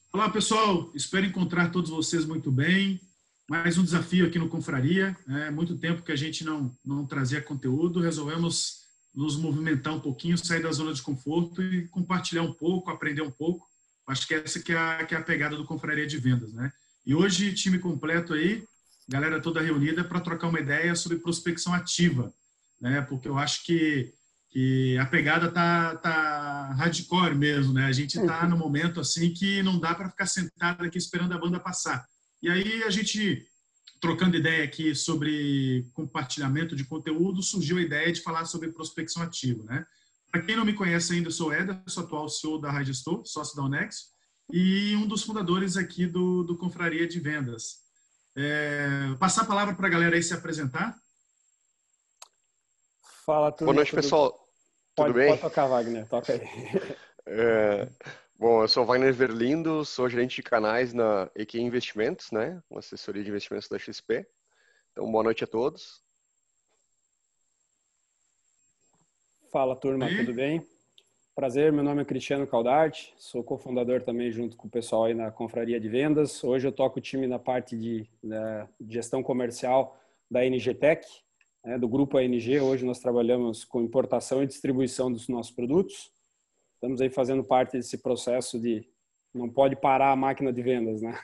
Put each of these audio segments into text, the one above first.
Olá, pessoal. Espero encontrar todos vocês muito bem. Mais um desafio aqui no Confraria. É muito tempo que a gente não trazia conteúdo. Resolvemos nos movimentar um pouquinho, sair da zona de conforto e compartilhar um pouco, aprender um pouco. Acho que essa que é a pegada do Confraria de Vendas, né? E hoje, time completo aí, galera toda reunida para trocar uma ideia sobre prospecção ativa, né? Porque eu acho que a pegada tá hardcore mesmo, né? A gente tá no momento assim que não dá para ficar sentado aqui esperando a banda passar. E aí a gente trocando ideia aqui sobre compartilhamento de conteúdo, surgiu a ideia de falar sobre prospecção ativa, né? Para quem não me conhece ainda, eu sou o Éder, sou atual CEO da Ragistor, sócio da Unex, e um dos fundadores aqui do Confraria de Vendas. Passar a palavra para a galera aí se apresentar. Fala, Boa turma, noite, tudo... pessoal. Tudo Pode bem? tocar, Wagner, toca aí. É, Bom, eu sou Wagner Verlindo, sou gerente de canais na EQ Investimentos, né? Uma assessoria de investimentos da XP. Então, boa noite a todos. Fala, turma, tudo Aí, bem? Prazer, meu nome é Cristiano Caldarte, sou cofundador também junto com o pessoal aí na Confraria de Vendas. Hoje eu toco o time na parte de gestão comercial da NG Tech, né, do grupo ANG. Hoje nós trabalhamos com importação e distribuição dos nossos produtos. Estamos aí fazendo parte desse processo de não pode parar a máquina de vendas, né?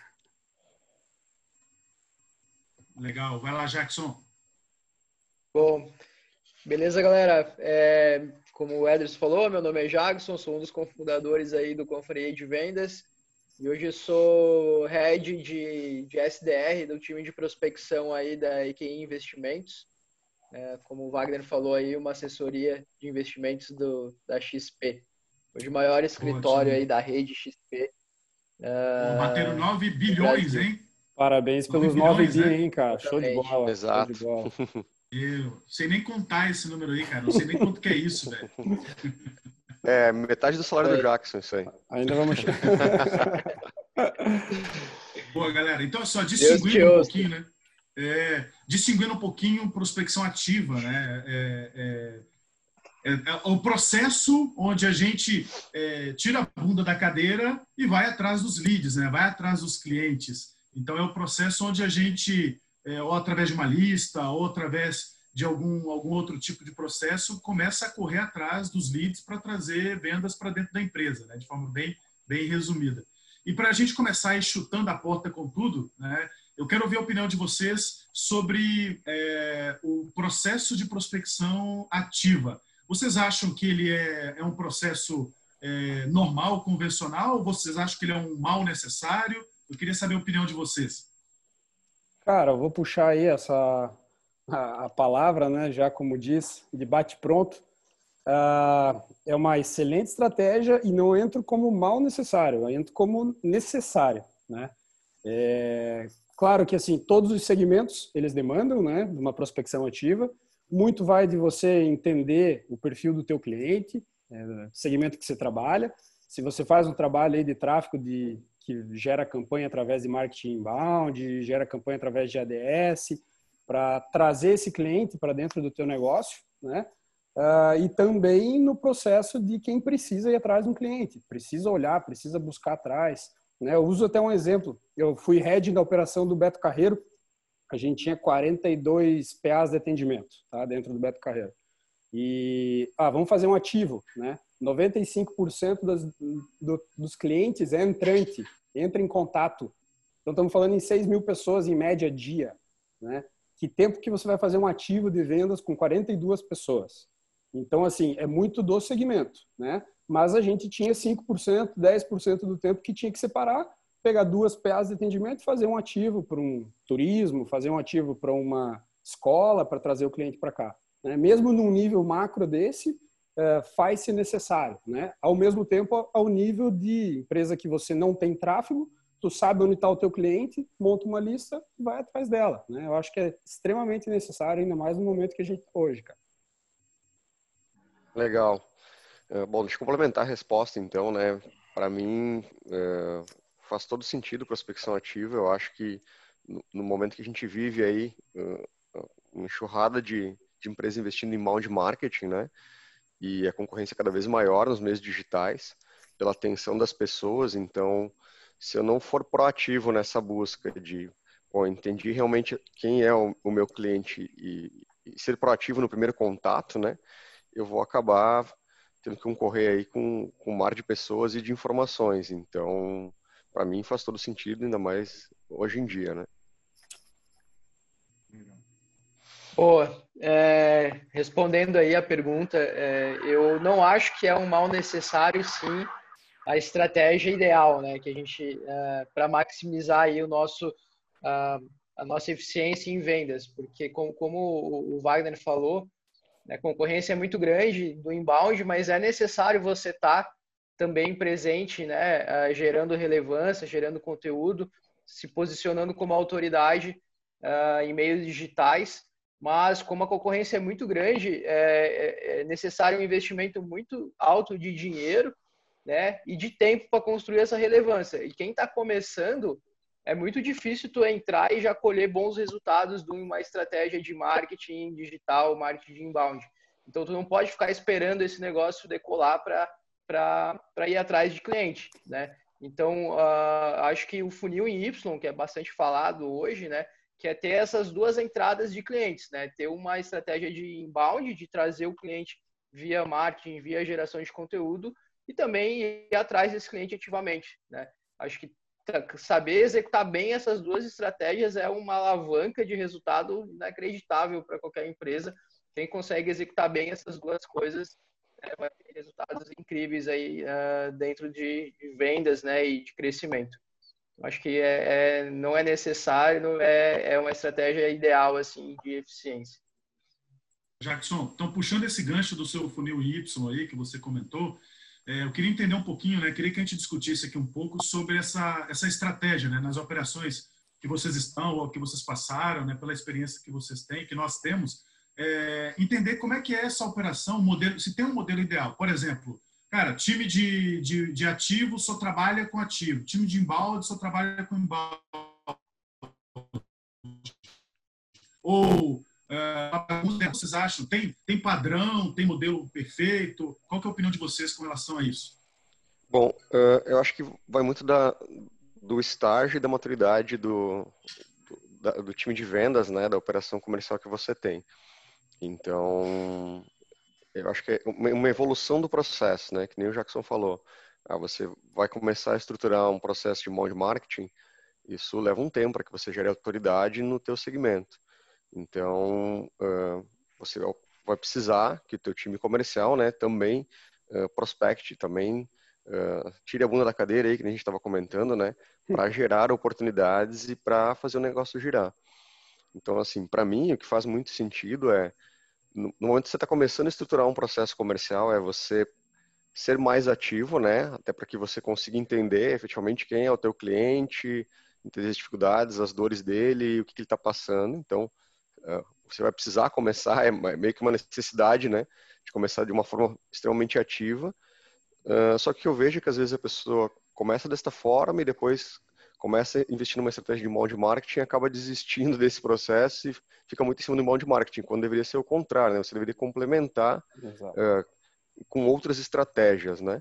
legal. Vai lá, Jackson. Bom, beleza, galera? Como o Ederson falou, meu nome é Jagson, sou um dos cofundadores aí do Confraria de Vendas e hoje eu sou head de SDR do time de prospecção aí da EQI Investimentos. Como o Wagner falou aí, uma assessoria de investimentos da XP. Hoje o maior escritório aí Ótimo. da rede XP Pô, bateram 9 no bilhões, Brasil. hein? Parabéns 9 pelos 9 bilhões, bi, né? hein, cara? Show de Exatamente. bola, show de Exato. bola. Eu sei nem contar esse número aí, cara. Não sei nem quanto que é isso, velho. Metade do salário do Jackson, isso aí. Ainda vamos... Boa, galera. Então, só Deus te distinguindo um ouça. pouquinho, né? Distinguindo um pouquinho prospecção ativa, né? É o processo onde a gente tira a bunda da cadeira e vai atrás dos leads, né? Vai atrás dos clientes. Então, é o processo onde a gente, ou através de uma lista, ou através de algum outro tipo de processo, começa a correr atrás dos leads para trazer vendas para dentro da empresa, né? De forma bem resumida. E para a gente começar aí chutando a porta com tudo, né? Eu quero ouvir a opinião de vocês sobre o processo de prospecção ativa. Vocês acham que ele é um processo normal, convencional, ou vocês acham que ele é um mal necessário? Eu queria saber a opinião de vocês. Cara, eu vou puxar aí a palavra, né? Já como diz, de bate-pronto. É uma excelente estratégia e não entro como mal necessário, eu entro como necessário, né? Claro que assim todos os segmentos eles demandam, né, de uma prospecção ativa. Muito vai de você entender o perfil do teu cliente, segmento que você trabalha. Se você faz um trabalho aí de tráfego que gera campanha através de marketing inbound, gera campanha através de ADS, para trazer esse cliente para dentro do teu negócio, né? E também no processo de quem precisa ir atrás de um cliente, precisa olhar, precisa buscar atrás, né? Eu uso até um exemplo, eu fui head da operação do Beto Carreiro, a gente tinha 42 PAs de atendimento, tá, dentro do Beto Carreiro. E vamos fazer um ativo, né? 95% dos clientes é entrante, entra em contato. Então estamos falando em 6 mil pessoas em média dia, né? Que tempo que você vai fazer um ativo de vendas com 42 pessoas? Então, assim, é muito do segmento, né? Mas a gente tinha 5%, 10% do tempo que tinha que separar, pegar 2 PAs de atendimento e fazer um ativo para um turismo, fazer um ativo para uma escola, para trazer o cliente para cá, né? Mesmo num nível macro desse, faz-se necessário, né? Ao mesmo tempo, ao nível de empresa que você não tem tráfego, tu sabe onde está o teu cliente, monta uma lista e vai atrás dela, né? Eu acho que é extremamente necessário, ainda mais no momento que a gente está hoje, cara. Legal. Bom, deixa eu complementar a resposta, então, né? Para mim, faz todo sentido prospecção ativa. Eu acho que no momento que a gente vive aí, uma enxurrada de empresas investindo em inbound marketing, né? E a concorrência cada vez maior nos meios digitais, pela atenção das pessoas. Então, se eu não for proativo nessa busca de, bom, entendi realmente quem é o meu cliente e ser proativo no primeiro contato, né, eu vou acabar tendo que concorrer aí com um mar de pessoas e de informações. Então, para mim faz todo sentido, ainda mais hoje em dia, né? Boa. Respondendo aí a pergunta, eu não acho que é um mal necessário, sim, a estratégia ideal, né? Que a gente, para maximizar aí a nossa eficiência em vendas, porque como o Wagner falou, a concorrência é muito grande do inbound, mas é necessário você estar também presente, né? Gerando relevância, gerando conteúdo, se posicionando como autoridade em meios digitais. Mas como a concorrência é muito grande, é necessário um investimento muito alto de dinheiro, né, e de tempo para construir essa relevância. E quem está começando, é muito difícil tu entrar e já colher bons resultados de uma estratégia de marketing digital, marketing inbound. Então, tu não pode ficar esperando esse negócio decolar para ir atrás de cliente, né? Então, acho que o funil em Y, que é bastante falado hoje, né, que é ter essas duas entradas de clientes, né? Ter uma estratégia de inbound, de trazer o cliente via marketing, via geração de conteúdo, e também ir atrás desse cliente ativamente, né? Acho que saber executar bem essas duas estratégias é uma alavanca de resultado inacreditável para qualquer empresa. Quem consegue executar bem essas duas coisas vai ter resultados incríveis aí dentro de vendas, né, e de crescimento. Acho que não é necessário, é uma estratégia ideal assim de eficiência. Jackson, então puxando esse gancho do seu funil Y aí que você comentou, eu queria entender um pouquinho, né? Queria que a gente discutisse aqui um pouco sobre essa estratégia, né? Nas operações que vocês estão ou que vocês passaram, né? Pela experiência que vocês têm, que nós temos, entender como é que é essa operação, modelo, se tem um modelo ideal. Por exemplo, cara, time de ativo só trabalha com ativo, time de inbound só trabalha com inbound. Ou o que vocês acham? Tem padrão? Tem modelo perfeito? Qual que é a opinião de vocês com relação a isso? Bom, eu acho que vai muito do estágio e da maturidade do time de vendas, né, da operação comercial que você tem. Então, eu acho que é uma evolução do processo, né, que nem o Jackson falou. Você vai começar a estruturar um processo de inbound marketing, isso leva um tempo para que você gere autoridade no teu segmento. Então, você vai precisar que o teu time comercial, né, também prospecte, também tire a bunda da cadeira aí, que a gente estava comentando, né, para gerar oportunidades e para fazer o negócio girar. Então, assim, para mim, o que faz muito sentido no momento que você está começando a estruturar um processo comercial, é você ser mais ativo, né, até para que você consiga entender efetivamente quem é o teu cliente, entender as dificuldades, as dores dele, o que ele está passando. Então, você vai precisar começar, é meio que uma necessidade, né, de começar de uma forma extremamente ativa. Só que eu vejo que às vezes a pessoa começa desta forma e depois começa a investir numa estratégia de inbound marketing e acaba desistindo desse processo e fica muito em cima do inbound marketing, quando deveria ser o contrário, né? Você deveria complementar com outras estratégias, né?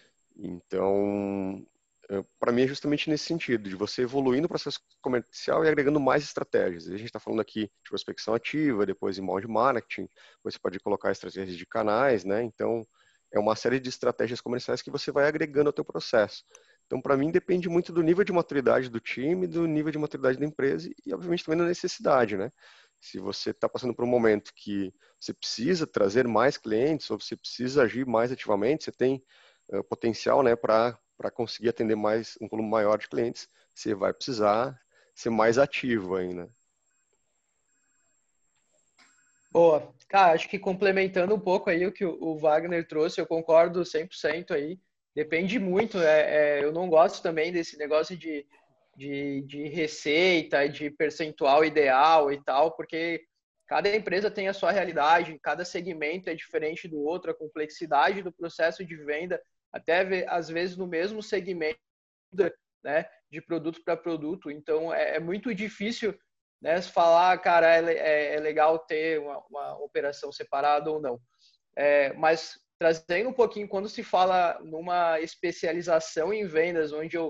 Então, para mim é justamente nesse sentido, de você evoluir no processo comercial e agregando mais estratégias. A gente está falando aqui de prospecção ativa, depois inbound marketing, depois você pode colocar estratégias de canais, né? Então, é uma série de estratégias comerciais que você vai agregando ao teu processo. Então, para mim, depende muito do nível de maturidade do time, do nível de maturidade da empresa e, obviamente, também da necessidade, né? Se você está passando por um momento que você precisa trazer mais clientes ou você precisa agir mais ativamente, você tem potencial, né, para conseguir atender um volume maior de clientes, você vai precisar ser mais ativo ainda. Boa. Cara, acho que complementando um pouco aí o que o Wagner trouxe, eu concordo 100% aí. Depende muito, eu não gosto também desse negócio de receita, de percentual ideal e tal, porque cada empresa tem a sua realidade, cada segmento é diferente do outro, a complexidade do processo de venda, até às vezes no mesmo segmento, né, de produto para produto. Então, é muito difícil, né, falar, cara, é legal ter uma operação separada ou não. Mas trazendo um pouquinho, quando se fala numa especialização em vendas, onde eu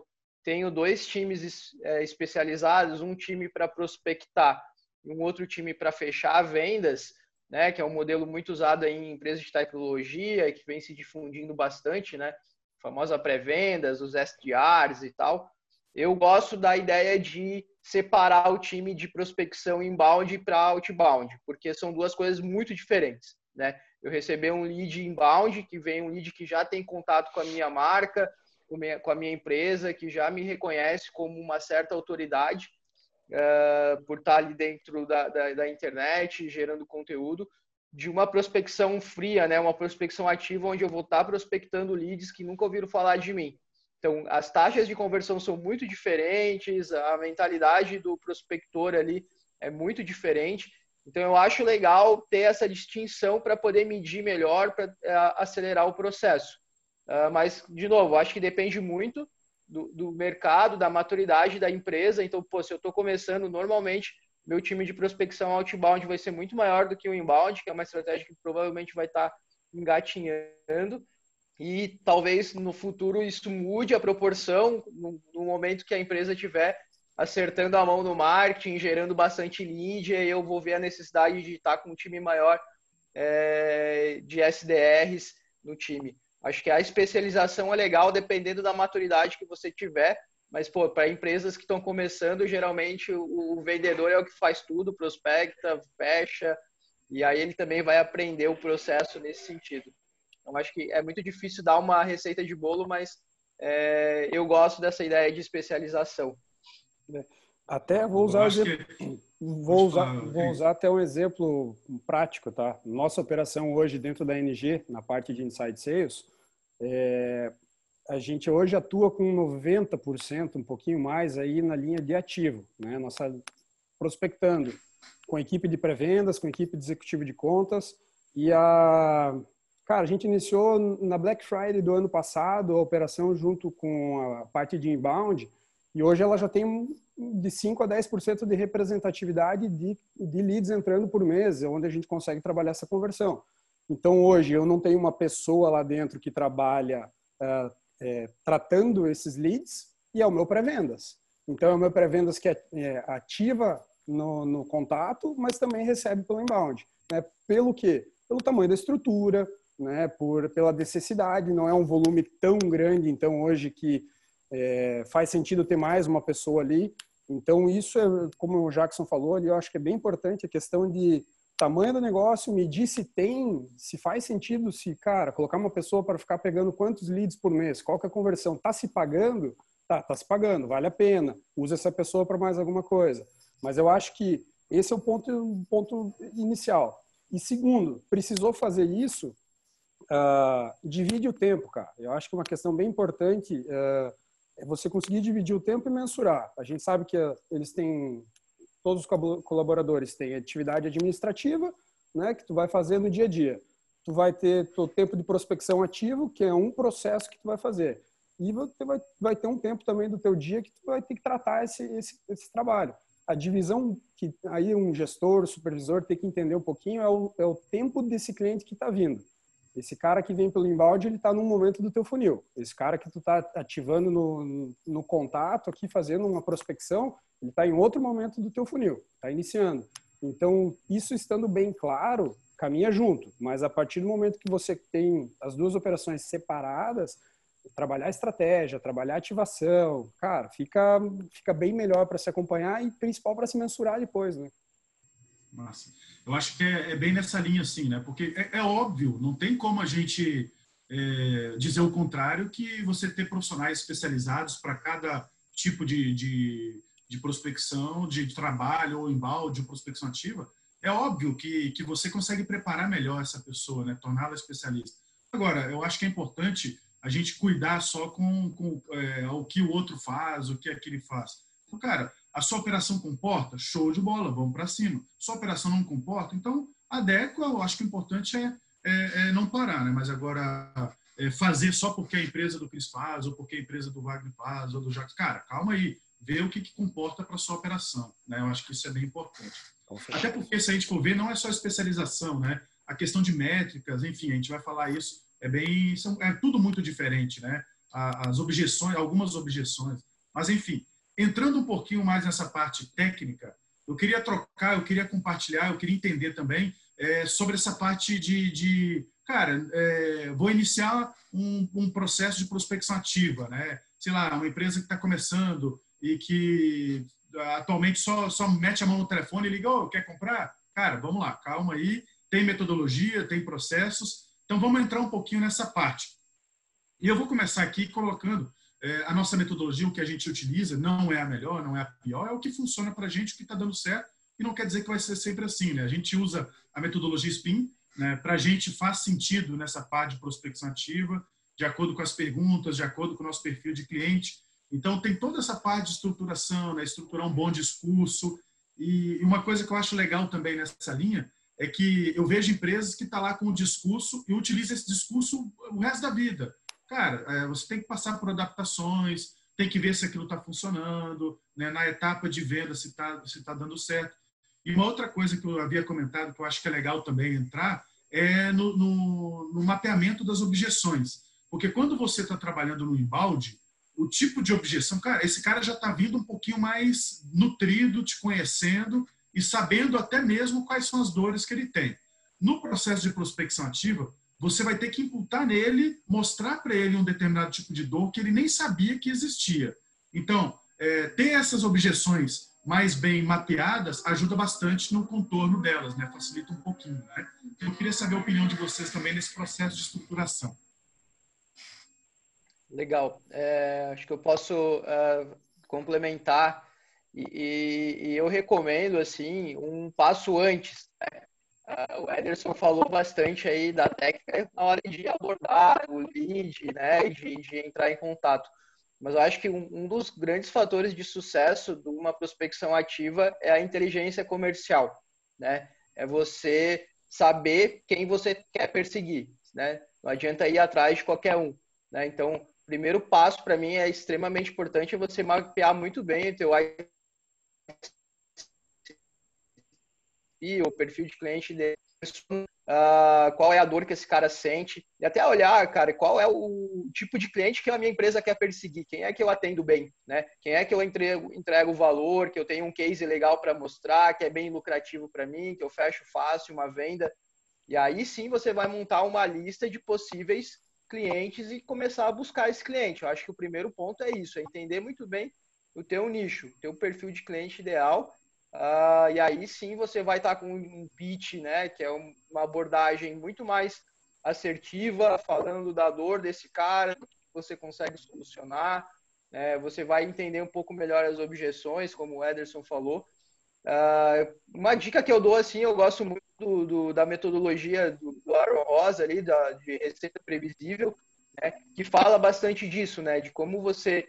tenho 2 times especializados, um time para prospectar e um outro time para fechar vendas, né, que é um modelo muito usado em empresas de tecnologia e que vem se difundindo bastante, né, a famosa pré-vendas, os SDRs e tal. Eu gosto da ideia de separar o time de prospecção inbound para outbound, porque são 2 coisas muito diferentes, né? Eu receber um lead inbound, que vem um lead que já tem contato com a minha marca, com a minha empresa, que já me reconhece como uma certa autoridade, por estar ali dentro da internet, gerando conteúdo, de uma prospecção fria, né? Uma prospecção ativa, onde eu vou estar prospectando leads que nunca ouviram falar de mim. Então, as taxas de conversão são muito diferentes, a mentalidade do prospector ali é muito diferente. Então, eu acho legal ter essa distinção para poder medir melhor, para acelerar o processo. Mas, de novo, acho que depende muito do mercado, da maturidade da empresa. Então, pô, se eu estou começando, normalmente, meu time de prospecção outbound vai ser muito maior do que o inbound, que é uma estratégia que provavelmente vai estar engatinhando. E talvez no futuro isso mude a proporção no momento que a empresa tiver acertando a mão no marketing, gerando bastante lead, e eu vou ver a necessidade de estar com um time maior de SDRs no time. Acho que a especialização é legal dependendo da maturidade que você tiver, mas pô, para empresas que estão começando, geralmente o vendedor é o que faz tudo, prospecta, fecha, e aí ele também vai aprender o processo nesse sentido. Então, acho que é muito difícil dar uma receita de bolo, mas eu gosto dessa ideia de especialização. Até vou usar, vou usar até um exemplo prático, tá? Nossa operação hoje dentro da NG, na parte de Inside Sales, a gente hoje atua com 90%, um pouquinho mais aí na linha de ativo, né? Nossa prospectando com a equipe de pré-vendas, com a equipe de executivo de contas e Cara, a gente iniciou na Black Friday do ano passado a operação junto com a parte de inbound e hoje ela já tem de 5 a 10% de representatividade de leads entrando por mês, onde a gente consegue trabalhar essa conversão. Então, hoje, eu não tenho uma pessoa lá dentro que trabalha tratando esses leads e é o meu pré-vendas. Então, é o meu pré-vendas que ativa no contato, mas também recebe pelo inbound. Né? Pelo quê? Pelo tamanho da estrutura, né, pela necessidade, não é um volume tão grande, então hoje que faz sentido ter mais uma pessoa ali. Então isso, como o Jackson falou ali, eu acho que é bem importante a questão de tamanho do negócio, medir se faz sentido, cara, colocar uma pessoa para ficar pegando quantos leads por mês, qual que é a conversão, tá se pagando? Tá se pagando, vale a pena, usa essa pessoa para mais alguma coisa. Mas eu acho que esse é o ponto inicial. E segundo, precisou fazer isso, divide o tempo, cara. Eu acho que uma questão bem importante é você conseguir dividir o tempo e mensurar. A gente sabe que todos os colaboradores têm atividade administrativa, né, que tu vai fazer no dia a dia. Tu vai ter o tempo de prospecção ativo, que é um processo que tu vai fazer. E você vai ter um tempo também do teu dia que tu vai ter que tratar esse trabalho. A divisão que aí um gestor, supervisor tem que entender um pouquinho é o tempo desse cliente que está vindo. Esse cara que vem pelo inbound, ele está num momento do teu funil. Esse cara que tu está ativando no contato aqui, fazendo uma prospecção, ele está em outro momento do teu funil, está iniciando. Então, isso estando bem claro, caminha junto. Mas a partir do momento que você tem as duas operações separadas, trabalhar estratégia, trabalhar ativação, cara, fica bem melhor para se acompanhar e principal para se mensurar depois, né? Massa. Eu acho que é bem nessa linha, assim, né? Porque é óbvio, não tem como a gente dizer o contrário, que você ter profissionais especializados para cada tipo de prospecção, de trabalho, ou inbound, de prospecção ativa. É óbvio que você consegue preparar melhor essa pessoa, né? Torná-la especialista. Agora, eu acho que é importante a gente cuidar só com o que o outro faz, o que aquele faz. Então, cara, a sua operação comporta? Show de bola, vamos para cima. Sua operação não comporta? Então, adequa. Eu acho que o importante é não parar, né? Mas agora, fazer só porque a empresa do Cris faz, ou porque a empresa do Wagner faz, ou do Jacques. Cara, calma aí. Vê o que comporta para a sua operação, né? Eu acho que isso é bem importante. Até porque, se a gente for ver, não é só especialização, né? A questão de métricas, enfim, a gente vai falar isso. É tudo muito diferente, né? As objeções, algumas objeções. Mas, enfim, entrando um pouquinho mais nessa parte técnica, eu queria trocar, eu queria compartilhar, eu queria entender também sobre essa parte cara, vou iniciar um processo de prospecção ativa, né? Sei lá, uma empresa que está começando e que atualmente só mete a mão no telefone e liga, quer comprar? Cara, vamos lá, calma aí, tem metodologia, tem processos, então vamos entrar um pouquinho nessa parte. E eu vou começar aqui colocando a nossa metodologia, o que a gente utiliza, não é a melhor, não é a pior, é o que funciona para a gente, o que está dando certo, e não quer dizer que vai ser sempre assim, né? A gente usa a metodologia SPIN, né? Para a gente faz sentido nessa parte de prospecção ativa, de acordo com as perguntas, de acordo com o nosso perfil de cliente. Então, tem toda essa parte de estruturação, né? Estruturar um bom discurso. E uma coisa que eu acho legal também nessa linha é que eu vejo empresas que estão lá com o discurso e utilizam esse discurso o resto da vida. Cara, você tem que passar por adaptações, tem que ver se aquilo está funcionando, né? Na etapa de venda, se tá dando certo. E uma outra coisa que eu havia comentado, que eu acho que é legal também entrar, é no mapeamento das objeções. Porque quando você está trabalhando no inbound, o tipo de objeção, cara, esse cara já está vindo um pouquinho mais nutrido, te conhecendo e sabendo até mesmo quais são as dores que ele tem. No processo de prospecção ativa, você vai ter que imputar nele, mostrar para ele um determinado tipo de dor que ele nem sabia que existia. Então, ter essas objeções mais bem mapeadas ajuda bastante no contorno delas, né? Facilita um pouquinho, né? Eu queria saber a opinião de vocês também nesse processo de estruturação. Legal. Acho que eu posso complementar e eu recomendo assim um passo antes. O Ederson falou bastante aí da técnica na hora de abordar o lead, né, de entrar em contato. Mas eu acho que um dos grandes fatores de sucesso de uma prospecção ativa é a inteligência comercial, né? É você saber quem você quer perseguir, né? Não adianta ir atrás de qualquer um, né? Então, o primeiro passo para mim é extremamente importante, é você mapear muito bem o teu o perfil de cliente dele, qual é a dor que esse cara sente, e até olhar, cara, qual é o tipo de cliente que a minha empresa quer perseguir, quem é que eu atendo bem, né? Quem é que eu entrego valor, que eu tenho um case legal para mostrar, que é bem lucrativo para mim, que eu fecho fácil uma venda, e aí sim você vai montar uma lista de possíveis clientes e começar a buscar esse cliente. Eu acho que o primeiro ponto é isso, é entender muito bem o teu nicho, o teu perfil de cliente ideal. E aí sim você vai estar com um pitch, né, que é uma abordagem muito mais assertiva, falando da dor desse cara, que você consegue solucionar. Você vai entender um pouco melhor as objeções, como o Ederson falou. Uma dica que eu dou, assim, eu gosto muito da metodologia do Aaron Rosa ali, de receita previsível, né, que fala bastante disso, né, de como você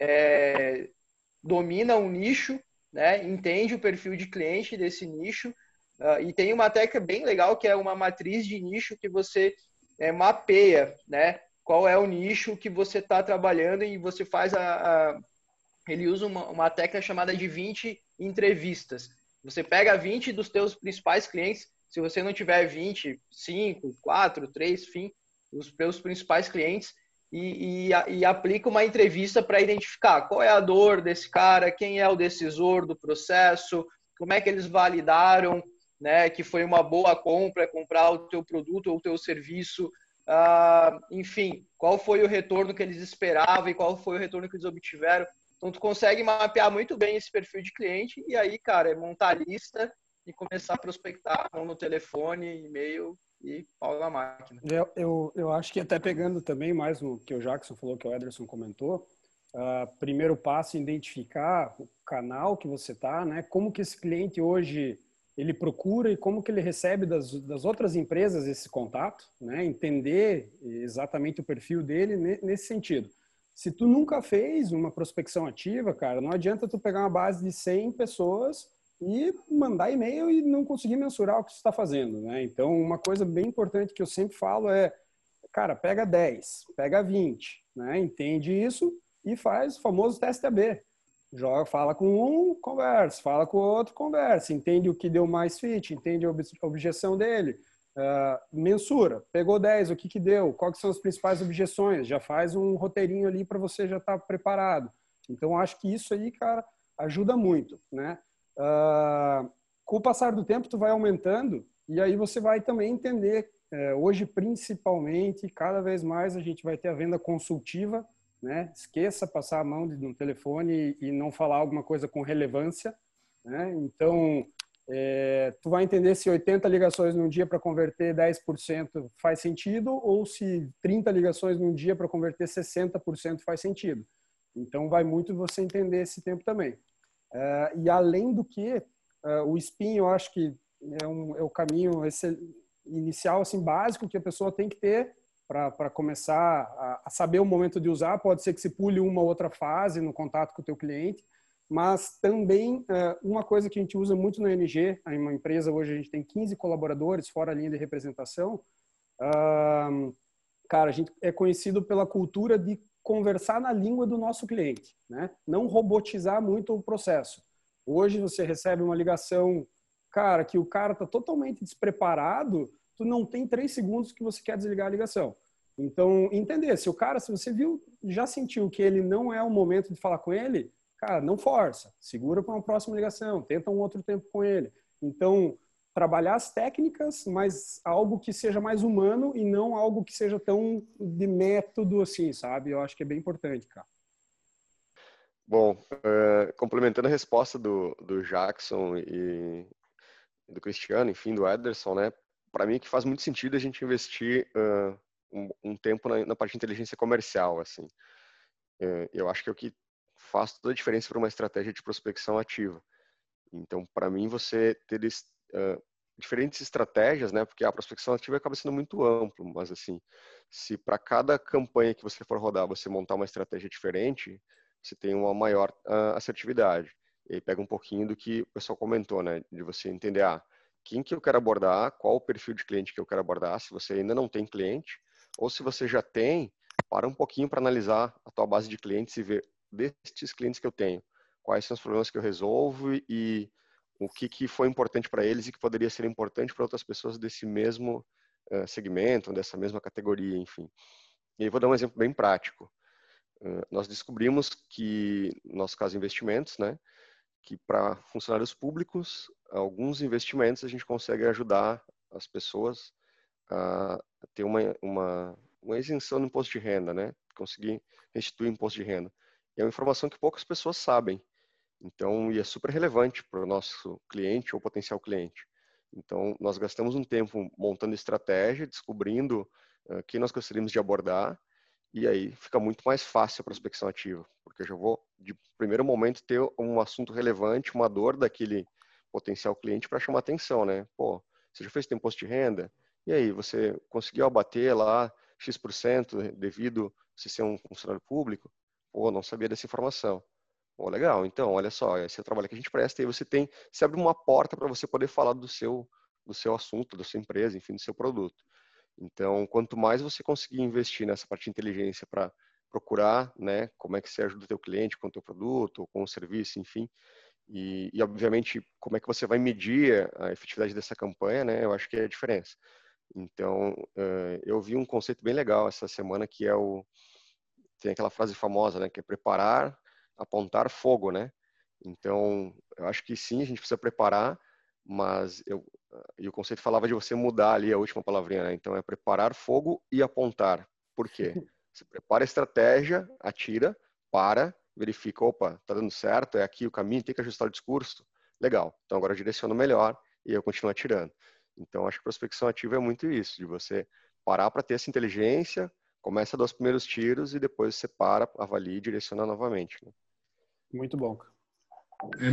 domina um nicho, né, entende o perfil de cliente desse nicho, e tem uma técnica bem legal que é uma matriz de nicho que você mapeia, né, qual é o nicho que você está trabalhando e você faz ele usa uma técnica chamada de 20 entrevistas. Você pega 20 dos teus principais clientes, se você não tiver 20, 5, 4, 3, enfim, os teus principais clientes, e aplica uma entrevista para identificar qual é a dor desse cara, quem é o decisor do processo, como é que eles validaram, né, que foi uma boa comprar o teu produto ou o teu serviço, enfim, qual foi o retorno que eles esperavam e qual foi o retorno que eles obtiveram. Então, tu consegue mapear muito bem esse perfil de cliente e aí, cara, é montar a lista e começar a prospectar no telefone, e-mail e pau na máquina. Eu acho que até pegando também mais o que o Jackson falou, que o Ederson comentou, primeiro passo é identificar o canal que você está, né? Como que esse cliente hoje ele procura e como que ele recebe das outras empresas esse contato, né? Entender exatamente o perfil dele nesse sentido. Se tu nunca fez uma prospecção ativa, cara, não adianta tu pegar uma base de 100 pessoas e mandar e-mail e não conseguir mensurar o que você está fazendo, né? Então, uma coisa bem importante que eu sempre falo é, cara, pega 10, pega 20, né? Entende isso e faz o famoso teste AB. Joga, fala com um, conversa, fala com o outro, conversa, entende o que deu mais fit, entende a objeção dele, mensura, pegou 10, o que deu, quais são as principais objeções, já faz um roteirinho ali para você já estar preparado. Então, acho que isso aí, cara, ajuda muito, né? Com o passar do tempo, tu vai aumentando e aí você vai também entender. Hoje, principalmente, cada vez mais a gente vai ter a venda consultiva, né? Esqueça passar a mão no telefone e não falar alguma coisa com relevância, né? Então, tu vai entender se 80 ligações num dia para converter 10% faz sentido ou se 30 ligações num dia para converter 60% faz sentido. Então, vai muito você entender esse tempo também. E além do que, o spin, eu acho que é o caminho inicial, assim, básico que a pessoa tem que ter para começar a saber o momento de usar. Pode ser que se pule uma ou outra fase no contato com o teu cliente, mas também uma coisa que a gente usa muito na NG, em uma empresa hoje a gente tem 15 colaboradores, fora a linha de representação. Cara, a gente é conhecido pela cultura de conversar na língua do nosso cliente, né? Não robotizar muito o processo. Hoje você recebe uma ligação, cara, que o cara está totalmente despreparado, tu não tem 3 segundos que você quer desligar a ligação. Então, entender, se você viu, já sentiu que ele não é o momento de falar com ele, cara, não força, segura para uma próxima ligação, tenta um outro tempo com ele. Então, trabalhar as técnicas, mas algo que seja mais humano e não algo que seja tão de método assim, sabe? Eu acho que é bem importante, cara. Bom, complementando a resposta do Jackson e do Cristiano, enfim, do Ederson, né? Para mim, que faz muito sentido a gente investir um tempo na parte de inteligência comercial, assim. Eu acho que é o que faz toda a diferença para uma estratégia de prospecção ativa. Então, para mim, você ter diferentes estratégias, né? Porque a prospecção ativa acaba sendo muito amplo, mas assim, se para cada campanha que você for rodar, você montar uma estratégia diferente, você tem uma maior assertividade. E aí pega um pouquinho do que o pessoal comentou, né? De você entender, quem que eu quero abordar, qual o perfil de cliente que eu quero abordar, se você ainda não tem cliente, ou se você já tem, para um pouquinho para analisar a tua base de clientes e ver destes clientes que eu tenho, quais são os problemas que eu resolvo e o que foi importante para eles e que poderia ser importante para outras pessoas desse mesmo segmento, dessa mesma categoria, enfim. E aí vou dar um exemplo bem prático. Nós descobrimos que, no nosso caso, investimentos, né, que para funcionários públicos, alguns investimentos a gente consegue ajudar as pessoas a ter uma isenção no imposto de renda, né, conseguir restituir o imposto de renda. E é uma informação que poucas pessoas sabem. Então, e é super relevante para o nosso cliente ou potencial cliente. Então, nós gastamos um tempo montando estratégia, descobrindo quem nós gostaríamos de abordar, e aí fica muito mais fácil a prospecção ativa, porque eu já vou, de primeiro momento, ter um assunto relevante, uma dor daquele potencial cliente para chamar atenção, né? Pô, você já fez teu imposto de renda? E aí, você conseguiu abater lá X% devido a você ser um funcionário público? Pô, não sabia dessa informação. Pô, legal. Então, olha só, esse é o trabalho que a gente presta e você abre uma porta para você poder falar do seu assunto, da sua empresa, enfim, do seu produto. Então, quanto mais você conseguir investir nessa parte de inteligência para procurar, né, como é que você ajuda o teu cliente com o teu produto ou com o serviço, enfim, e obviamente como é que você vai medir a efetividade dessa campanha, né, eu acho que é a diferença. Então, eu vi um conceito bem legal essa semana que tem aquela frase famosa, né, que é preparar, apontar fogo, né? Então, eu acho que sim, a gente precisa preparar, mas e o conceito falava de você mudar ali a última palavrinha, né? Então, é preparar fogo e apontar. Por quê? Você prepara a estratégia, atira, verifica, opa, tá dando certo, é aqui o caminho, tem que ajustar o discurso. Legal, então agora eu direciono melhor e eu continuo atirando. Então, acho que prospecção ativa é muito isso, de você parar para ter essa inteligência, começa a dar os primeiros tiros e depois você avalia e direciona novamente. Né? Muito bom. É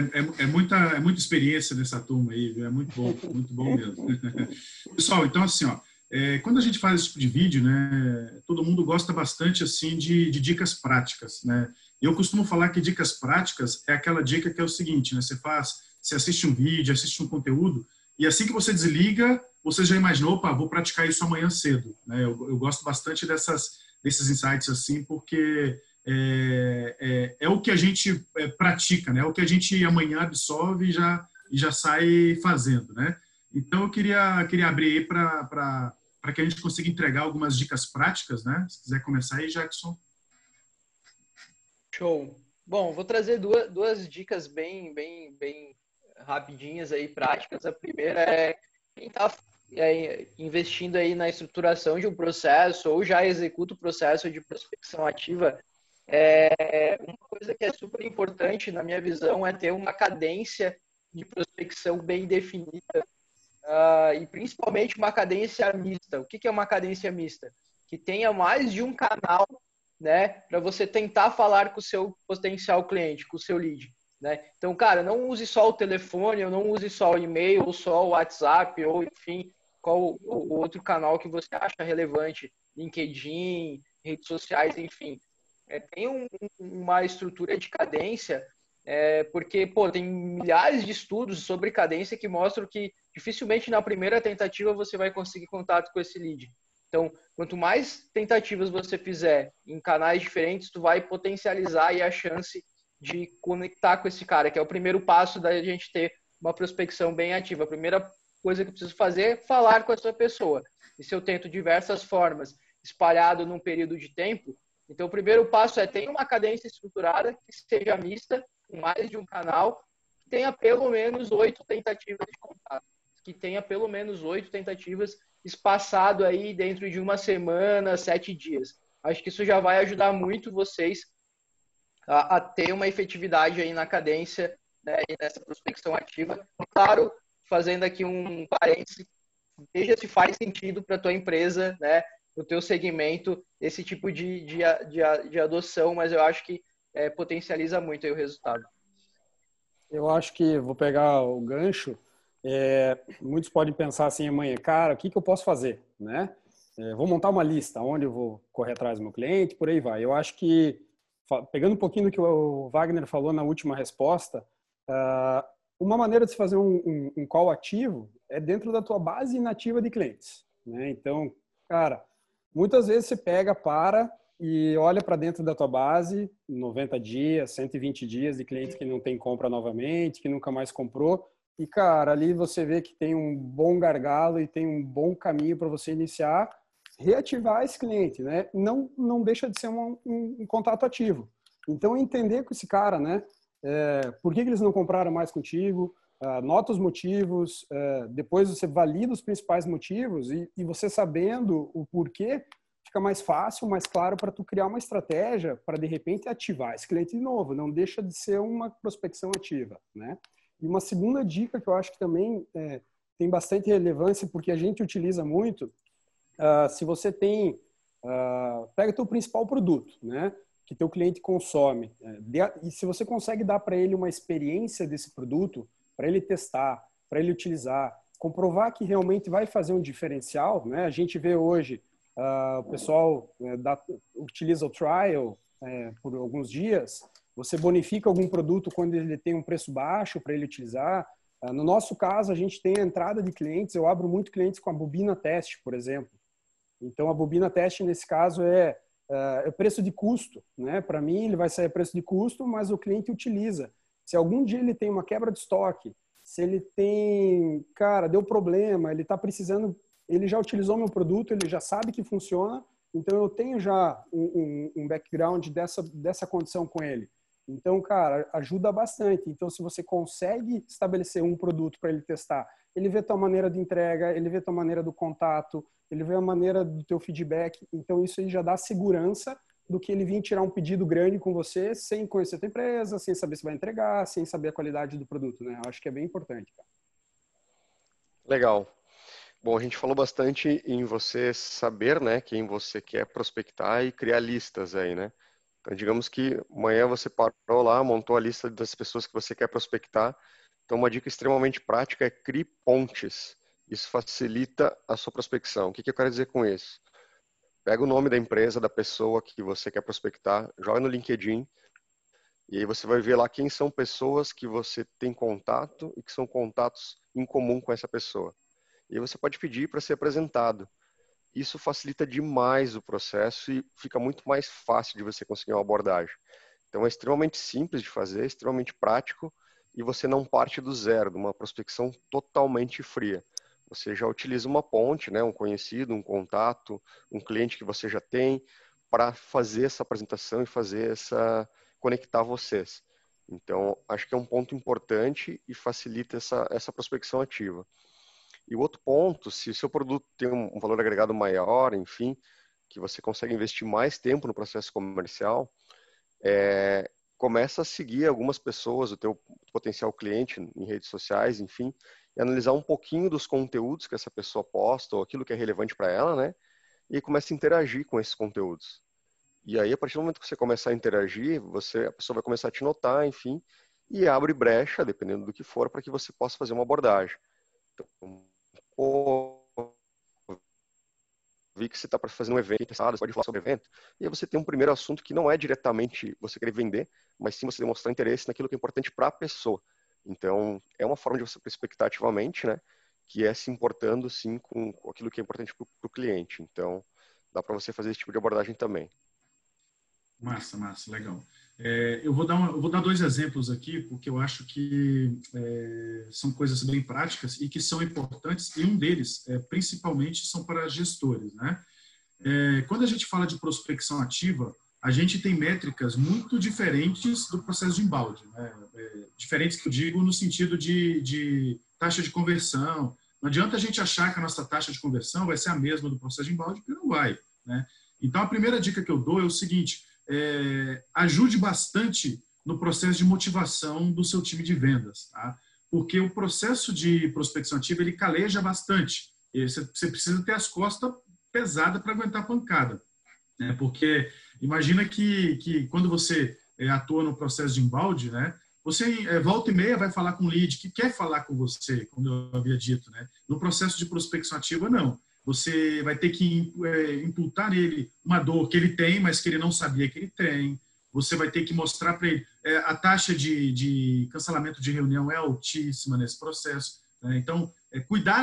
muita experiência nessa turma aí, viu? É muito bom mesmo. Pessoal, então assim, quando a gente faz esse tipo de vídeo, né, todo mundo gosta bastante assim de dicas práticas, né? Eu costumo falar que dicas práticas é aquela dica que é o seguinte, né? Você assiste um vídeo, assiste um conteúdo e assim que você desliga, você já imaginou, opa, vou praticar isso amanhã cedo, né? Eu gosto bastante desses insights assim, porque é o que a gente pratica, né? É o que a gente amanhã absorve e já sai fazendo, né? Então, eu queria abrir aí para que a gente consiga entregar algumas dicas práticas, né? Se quiser começar aí, Jackson. Show. Bom, vou trazer duas dicas bem rapidinhas aí, práticas. A primeira é quem está investindo aí na estruturação de um processo ou já executa o processo de prospecção ativa. Uma coisa que é super importante, na minha visão, é ter uma cadência de prospecção bem definida, e principalmente uma cadência mista. O que é uma cadência mista? Que tenha mais de um canal, né, para você tentar falar com o seu potencial cliente, com o seu lead, né? Então, cara, não use só o telefone, ou não use só o e-mail, ou só o WhatsApp, ou enfim, qual o outro canal que você acha relevante, LinkedIn, redes sociais, enfim. Tem uma estrutura de cadência, porque, pô, tem milhares de estudos sobre cadência que mostram que dificilmente na primeira tentativa você vai conseguir contato com esse lead. Então, quanto mais tentativas você fizer em canais diferentes, tu vai potencializar aí a chance de conectar com esse cara, que é o primeiro passo da gente ter uma prospecção bem ativa. A primeira coisa que eu preciso fazer é falar com essa pessoa. E se eu tento diversas formas, espalhado num período de tempo, então o primeiro passo é ter uma cadência estruturada que seja mista, com mais de um canal, que tenha pelo menos 8 tentativas de contato, que tenha pelo menos 8 tentativas espaçado aí dentro de uma semana, 7 dias. Acho que isso já vai ajudar muito vocês a ter uma efetividade aí na cadência, né, e nessa prospecção ativa. Claro, fazendo aqui um parêntese, veja se faz sentido para a tua empresa, né, no teu segmento, esse tipo de adoção, mas eu acho que potencializa muito aí o resultado. Eu acho que vou pegar o gancho. Muitos podem pensar assim amanhã, cara, o que eu posso fazer, né? Vou montar uma lista onde eu vou correr atrás do meu cliente, por aí vai. Eu acho que, pegando um pouquinho do que o Wagner falou na última resposta, uma maneira de se fazer um call ativo é dentro da tua base inativa de clientes, né? Então, cara, muitas vezes você e olha para dentro da tua base, 90 dias, 120 dias de clientes que não tem compra novamente, que nunca mais comprou. E, cara, ali você vê que tem um bom gargalo e tem um bom caminho para você iniciar, reativar esse cliente, né? Não deixa de ser um contato ativo. Então, entender com esse cara, né? Por que eles não compraram mais contigo? Nota os motivos, depois você valida os principais motivos e você sabendo o porquê, fica mais fácil, mais claro para tu criar uma estratégia para, de repente, ativar esse cliente de novo. Não deixa de ser uma prospecção ativa, né? E uma segunda dica que eu acho que também tem bastante relevância, porque a gente utiliza muito, se você tem... pega o teu principal produto, né? Que teu cliente consome. E se você consegue dar para ele uma experiência desse produto, para ele testar, para ele utilizar, comprovar que realmente vai fazer um diferencial, né? A gente vê hoje o pessoal utiliza o trial por alguns dias, você bonifica algum produto quando ele tem um preço baixo para ele utilizar. No nosso caso, a gente tem a entrada de clientes, eu abro muito clientes com a bobina teste, por exemplo. Então, a bobina teste, nesse caso, é preço de custo, né? Para mim, ele vai sair preço de custo, mas o cliente utiliza. Se algum dia ele tem uma quebra de estoque, se ele tem, cara, deu problema, ele está precisando, ele já utilizou meu produto, ele já sabe que funciona, então eu tenho já um background dessa condição com ele. Então, cara, ajuda bastante. Então, se você consegue estabelecer um produto para ele testar, ele vê a tua maneira de entrega, ele vê a tua maneira do contato, ele vê a maneira do teu feedback. Então, isso aí já dá segurança do que ele vir tirar um pedido grande com você sem conhecer a tua empresa, sem saber se vai entregar, sem saber a qualidade do produto, né? Eu acho que é bem importante, cara. Legal. Bom, a gente falou bastante em você saber, né, quem você quer prospectar e criar listas aí, né? Então, digamos que amanhã você parou lá, montou a lista das pessoas que você quer prospectar. Então, uma dica extremamente prática é crie pontes. Isso facilita a sua prospecção. O que eu quero dizer com isso? Pega o nome da empresa, da pessoa que você quer prospectar, joga no LinkedIn e aí você vai ver lá quem são pessoas que você tem contato e que são contatos em comum com essa pessoa. E aí você pode pedir para ser apresentado. Isso facilita demais o processo e fica muito mais fácil de você conseguir uma abordagem. Então é extremamente simples de fazer, extremamente prático e você não parte do zero, de uma prospecção totalmente fria. Você já utiliza uma ponte, né, um conhecido, um contato, um cliente que você já tem para fazer essa apresentação e fazer essa conectar vocês. Então, acho que é um ponto importante e facilita essa prospecção ativa. E o outro ponto, se o seu produto tem um valor agregado maior, enfim, que você consegue investir mais tempo no processo comercial, começa a seguir algumas pessoas, o teu potencial cliente em redes sociais, enfim, e analisar um pouquinho dos conteúdos que essa pessoa posta ou aquilo que é relevante para ela, né? E começa a interagir com esses conteúdos. E aí, a partir do momento que você começar a interagir, a pessoa vai começar a te notar, enfim, e abre brecha, dependendo do que for, para que você possa fazer uma abordagem. Então, vi que você está fazendo um evento, você pode falar sobre o evento, e aí você tem um primeiro assunto que não é diretamente você querer vender, mas sim você demonstrar interesse naquilo que é importante para a pessoa. Então, é uma forma de você prospectar ativamente, né? Que é se importando, sim, com aquilo que é importante para o cliente. Então, dá para você fazer esse tipo de abordagem também. Massa, legal. Eu vou dar 2 exemplos aqui, porque eu acho que são coisas bem práticas e que são importantes, e um deles, principalmente, são para gestores, né? Quando a gente fala de prospecção ativa, a gente tem métricas muito diferentes do processo de embalde, né? Diferentes que eu digo no sentido de taxa de conversão. Não adianta a gente achar que a nossa taxa de conversão vai ser a mesma do processo de embalde, porque não vai, né? Então, a primeira dica que eu dou é o seguinte: ajude bastante no processo de motivação do seu time de vendas, tá? Porque o processo de prospecção ativa, ele caleja bastante. Você precisa ter as costas pesadas para aguentar a pancada, né? Porque imagina que quando você atua no processo de embalde, né, você volta e meia vai falar com o lead que quer falar com você, como eu havia dito, né? No processo de prospecção ativa, não. Você vai ter que imputar nele uma dor que ele tem, mas que ele não sabia que ele tem. Você vai ter que mostrar para ele a taxa de cancelamento de reunião é altíssima nesse processo, né? Então, cuidar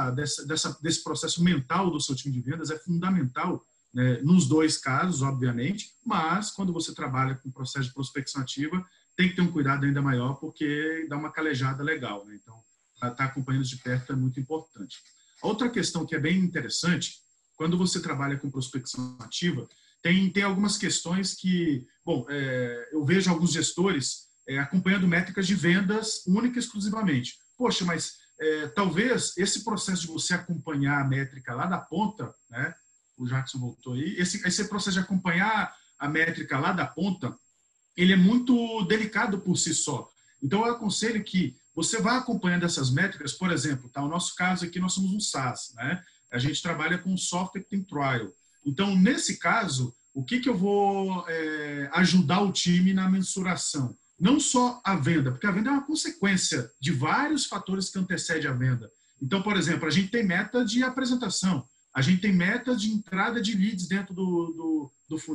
desse processo mental do seu time de vendas é fundamental, né, nos 2 casos, obviamente, mas quando você trabalha com o processo de prospecção ativa, tem que ter um cuidado ainda maior, porque dá uma calejada legal, né? Então, estar acompanhando de perto é muito importante. Outra questão que é bem interessante, quando você trabalha com prospecção ativa, tem algumas questões que, bom, eu vejo alguns gestores acompanhando métricas de vendas única e exclusivamente. Poxa, mas talvez esse processo de você acompanhar a métrica lá da ponta, né? O Jackson voltou aí, esse processo de acompanhar a métrica lá da ponta, ele é muito delicado por si só. Então, eu aconselho que você vá acompanhando essas métricas. Por exemplo, tá, o nosso caso aqui, nós somos um SaaS, né? A gente trabalha com um software que tem trial. Então, nesse caso, o que eu vou ajudar o time na mensuração? Não só a venda, porque a venda é uma consequência de vários fatores que antecedem a venda. Então, por exemplo, a gente tem meta de apresentação, a gente tem meta de entrada de leads dentro do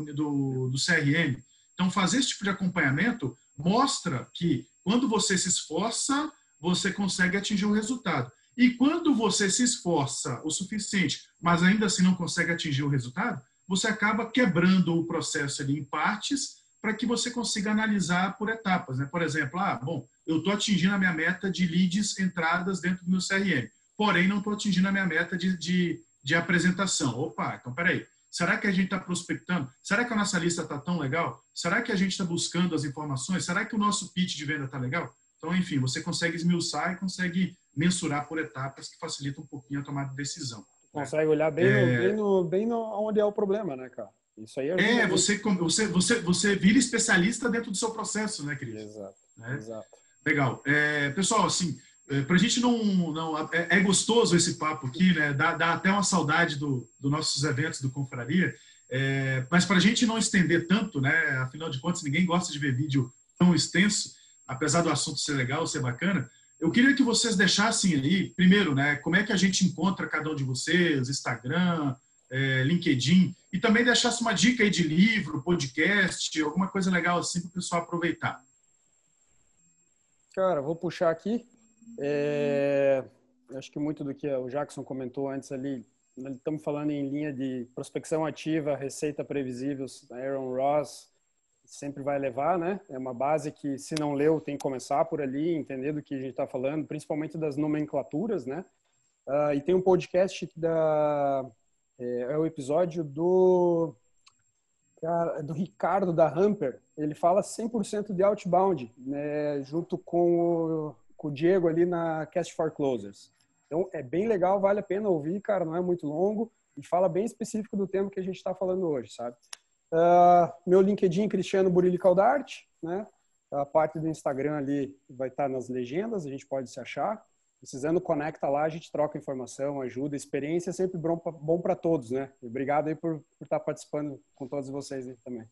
CRM. Então, fazer esse tipo de acompanhamento mostra que quando você se esforça, você consegue atingir um resultado. E quando você se esforça o suficiente, mas ainda assim não consegue atingir o resultado, você acaba quebrando o processo ali em partes para que você consiga analisar por etapas, né? Por exemplo, bom, eu estou atingindo a minha meta de leads entradas dentro do meu CRM, porém não estou atingindo a minha meta de apresentação. Opa, então peraí. Será que a gente está prospectando? Será que a nossa lista está tão legal? Será que a gente está buscando as informações? Será que o nosso pitch de venda está legal? Então, enfim, você consegue esmiuçar e consegue mensurar por etapas, que facilita um pouquinho a tomada de decisão. Consegue olhar bem onde é o problema, né, cara? Isso aí você vira especialista dentro do seu processo, né, Cris? Exato, né? Exato. Legal. Pessoal, assim, para a gente não é gostoso esse papo aqui, né? Dá até uma saudade dos nossos eventos do Confraria, mas para a gente não estender tanto, né? Afinal de contas, ninguém gosta de ver vídeo tão extenso, apesar do assunto ser legal, ser bacana. Eu queria que vocês deixassem aí, primeiro, né? Como é que a gente encontra cada um de vocês, Instagram, LinkedIn, e também deixasse uma dica aí de livro, podcast, alguma coisa legal assim para o pessoal aproveitar. Cara, vou puxar aqui. Acho que muito do que o Jackson comentou antes ali, estamos falando em linha de prospecção ativa, receita previsível, Aaron Ross sempre vai levar, né? É uma base que, se não leu, tem que começar por ali, entender do que a gente está falando, principalmente das nomenclaturas, né? E tem um podcast é o episódio do Cara, do Ricardo da Hamper, ele fala 100% de outbound, né, junto com o Diego ali na Cast for Closers. Então, é bem legal, vale a pena ouvir, cara, não é muito longo e fala bem específico do tema que a gente está falando hoje, sabe? Meu LinkedIn, Cristiano Burilli Caldarte, né? A parte do Instagram ali vai estar nas legendas, a gente pode se achar. Precisando, conecta lá, a gente troca informação, ajuda. Experiência é sempre bom para todos, né? Obrigado aí por estar participando com todos vocês aí também.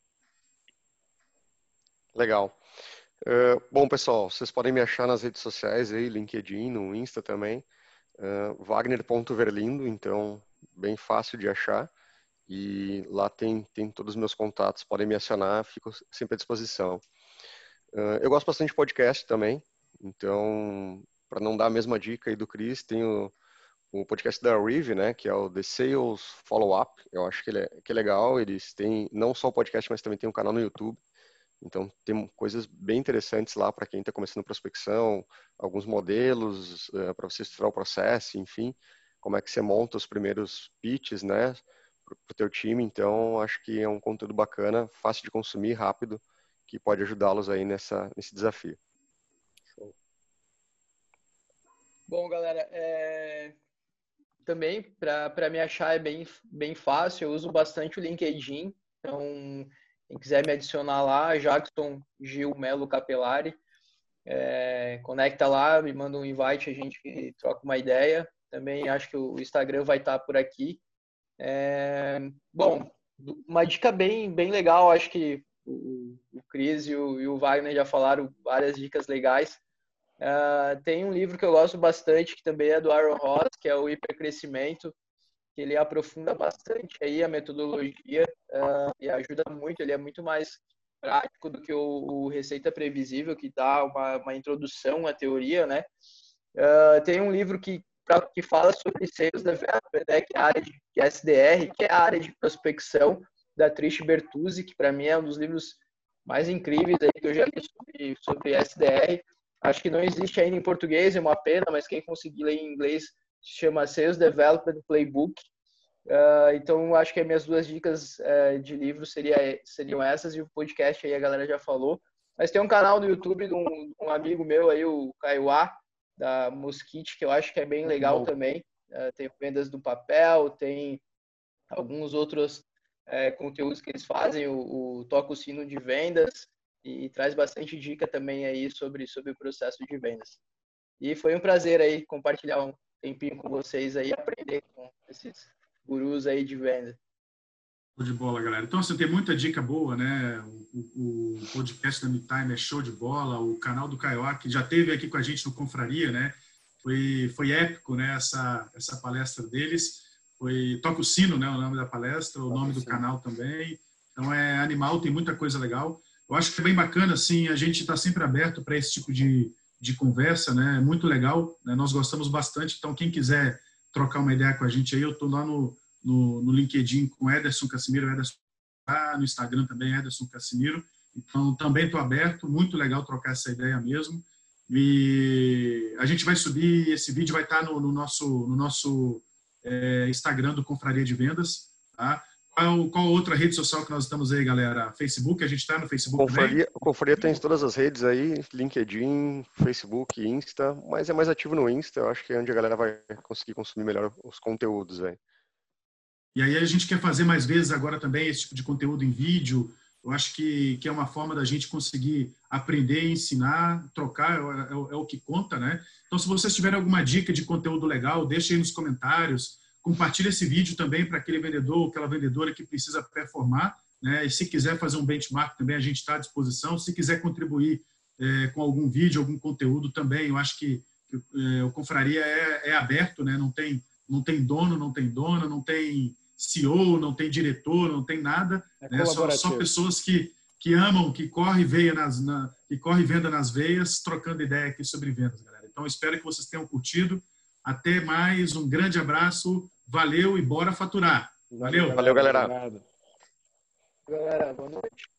Legal. Bom, pessoal, vocês podem me achar nas redes sociais aí, LinkedIn, no Insta também. Wagner.verlindo, então, bem fácil de achar. E lá tem todos os meus contatos, podem me acionar, fico sempre à disposição. Eu gosto bastante de podcast também, então, para não dar a mesma dica aí do Chris, tem o podcast da Rive, né, que é o The Sales Follow-Up. Eu acho que é legal. Eles têm não só o podcast, mas também tem um canal no YouTube. Então, tem coisas bem interessantes lá para quem está começando prospecção, alguns modelos para você estudar o processo, enfim, como é que você monta os primeiros pitches, né, para o teu time. Então, acho que é um conteúdo bacana, fácil de consumir, rápido, que pode ajudá-los aí nesse desafio. Bom, galera, também para me achar é bem fácil. Eu uso bastante o LinkedIn, então quem quiser me adicionar lá, Jackson Gil Melo Capelari, conecta lá, me manda um invite, a gente troca uma ideia. Também acho que o Instagram vai estar por aqui. Bom, uma dica bem legal, acho que o Chris e o Wagner já falaram várias dicas legais. Tem um livro que eu gosto bastante, que também é do Aaron Ross, que é o Hipercrescimento, que ele aprofunda bastante aí a metodologia e ajuda muito. Ele é muito mais prático do que o Receita Previsível, que dá uma introdução à teoria, né? Tem um livro que fala sobre Sales Development, né, que é a área de SDR, que é a área de prospecção, da Trish Bertuzzi, que para mim é um dos livros mais incríveis aí que eu já li sobre SDR. Acho que não existe ainda em português, é uma pena, mas quem conseguir ler em inglês se chama Sales Development Playbook. Então, acho que as minhas duas dicas de livro seriam essas, e o podcast aí a galera já falou. Mas tem um canal no YouTube de um amigo meu aí, o Kaiowá, da Mosquite, que eu acho que é bem legal também. Tem vendas do papel, tem alguns outros conteúdos que eles fazem, o Toca o Sino de Vendas, e traz bastante dica também aí sobre o processo de vendas. E foi um prazer aí compartilhar um tempinho com vocês aí, aprender com esses gurus aí de venda. Show de bola, galera. Então, você tem muita dica boa, né? O podcast da MeTime é show de bola. O canal do Kaiowá, que já esteve aqui com a gente no Confraria, né? Foi épico, né? Essa palestra deles. Toca o Sino, né? O nome da palestra, o nome do canal também. Então, é animal, tem muita coisa legal. Eu acho que é bem bacana, assim, a gente está sempre aberto para esse tipo de conversa, né? É muito legal, né? Nós gostamos bastante. Então, quem quiser trocar uma ideia com a gente aí, eu estou lá no LinkedIn com Ederson Casimiro, no Instagram também, Ederson Casimiro. Então, também estou aberto, muito legal trocar essa ideia mesmo. E a gente vai subir, esse vídeo vai estar no nosso Instagram do Confraria de Vendas. Tá? Qual outra rede social que nós estamos aí, galera? Facebook, a gente está no Facebook também? O Confraria tem todas as redes aí, LinkedIn, Facebook, Insta, mas é mais ativo no Insta, eu acho que é onde a galera vai conseguir consumir melhor os conteúdos aí. E aí a gente quer fazer mais vezes agora também esse tipo de conteúdo em vídeo. Eu acho que é uma forma da gente conseguir aprender, ensinar, trocar, é o que conta, né? Então, se vocês tiverem alguma dica de conteúdo legal, deixe aí nos comentários. Compartilhe esse vídeo também para aquele vendedor, aquela vendedora que precisa performar, né? E se quiser fazer um benchmark também, a gente está à disposição. Se quiser contribuir com algum vídeo, algum conteúdo também, eu acho que o Confraria é aberto, né? Não tem dono, não tem dona, não tem CEO, não tem diretor, não tem nada, né? Só pessoas que amam, que corre venda nas veias, trocando ideia aqui sobre vendas, galera. Então, espero que vocês tenham curtido. Até mais, um grande abraço, valeu e bora faturar. Valeu. Valeu, galera. Galera, boa noite.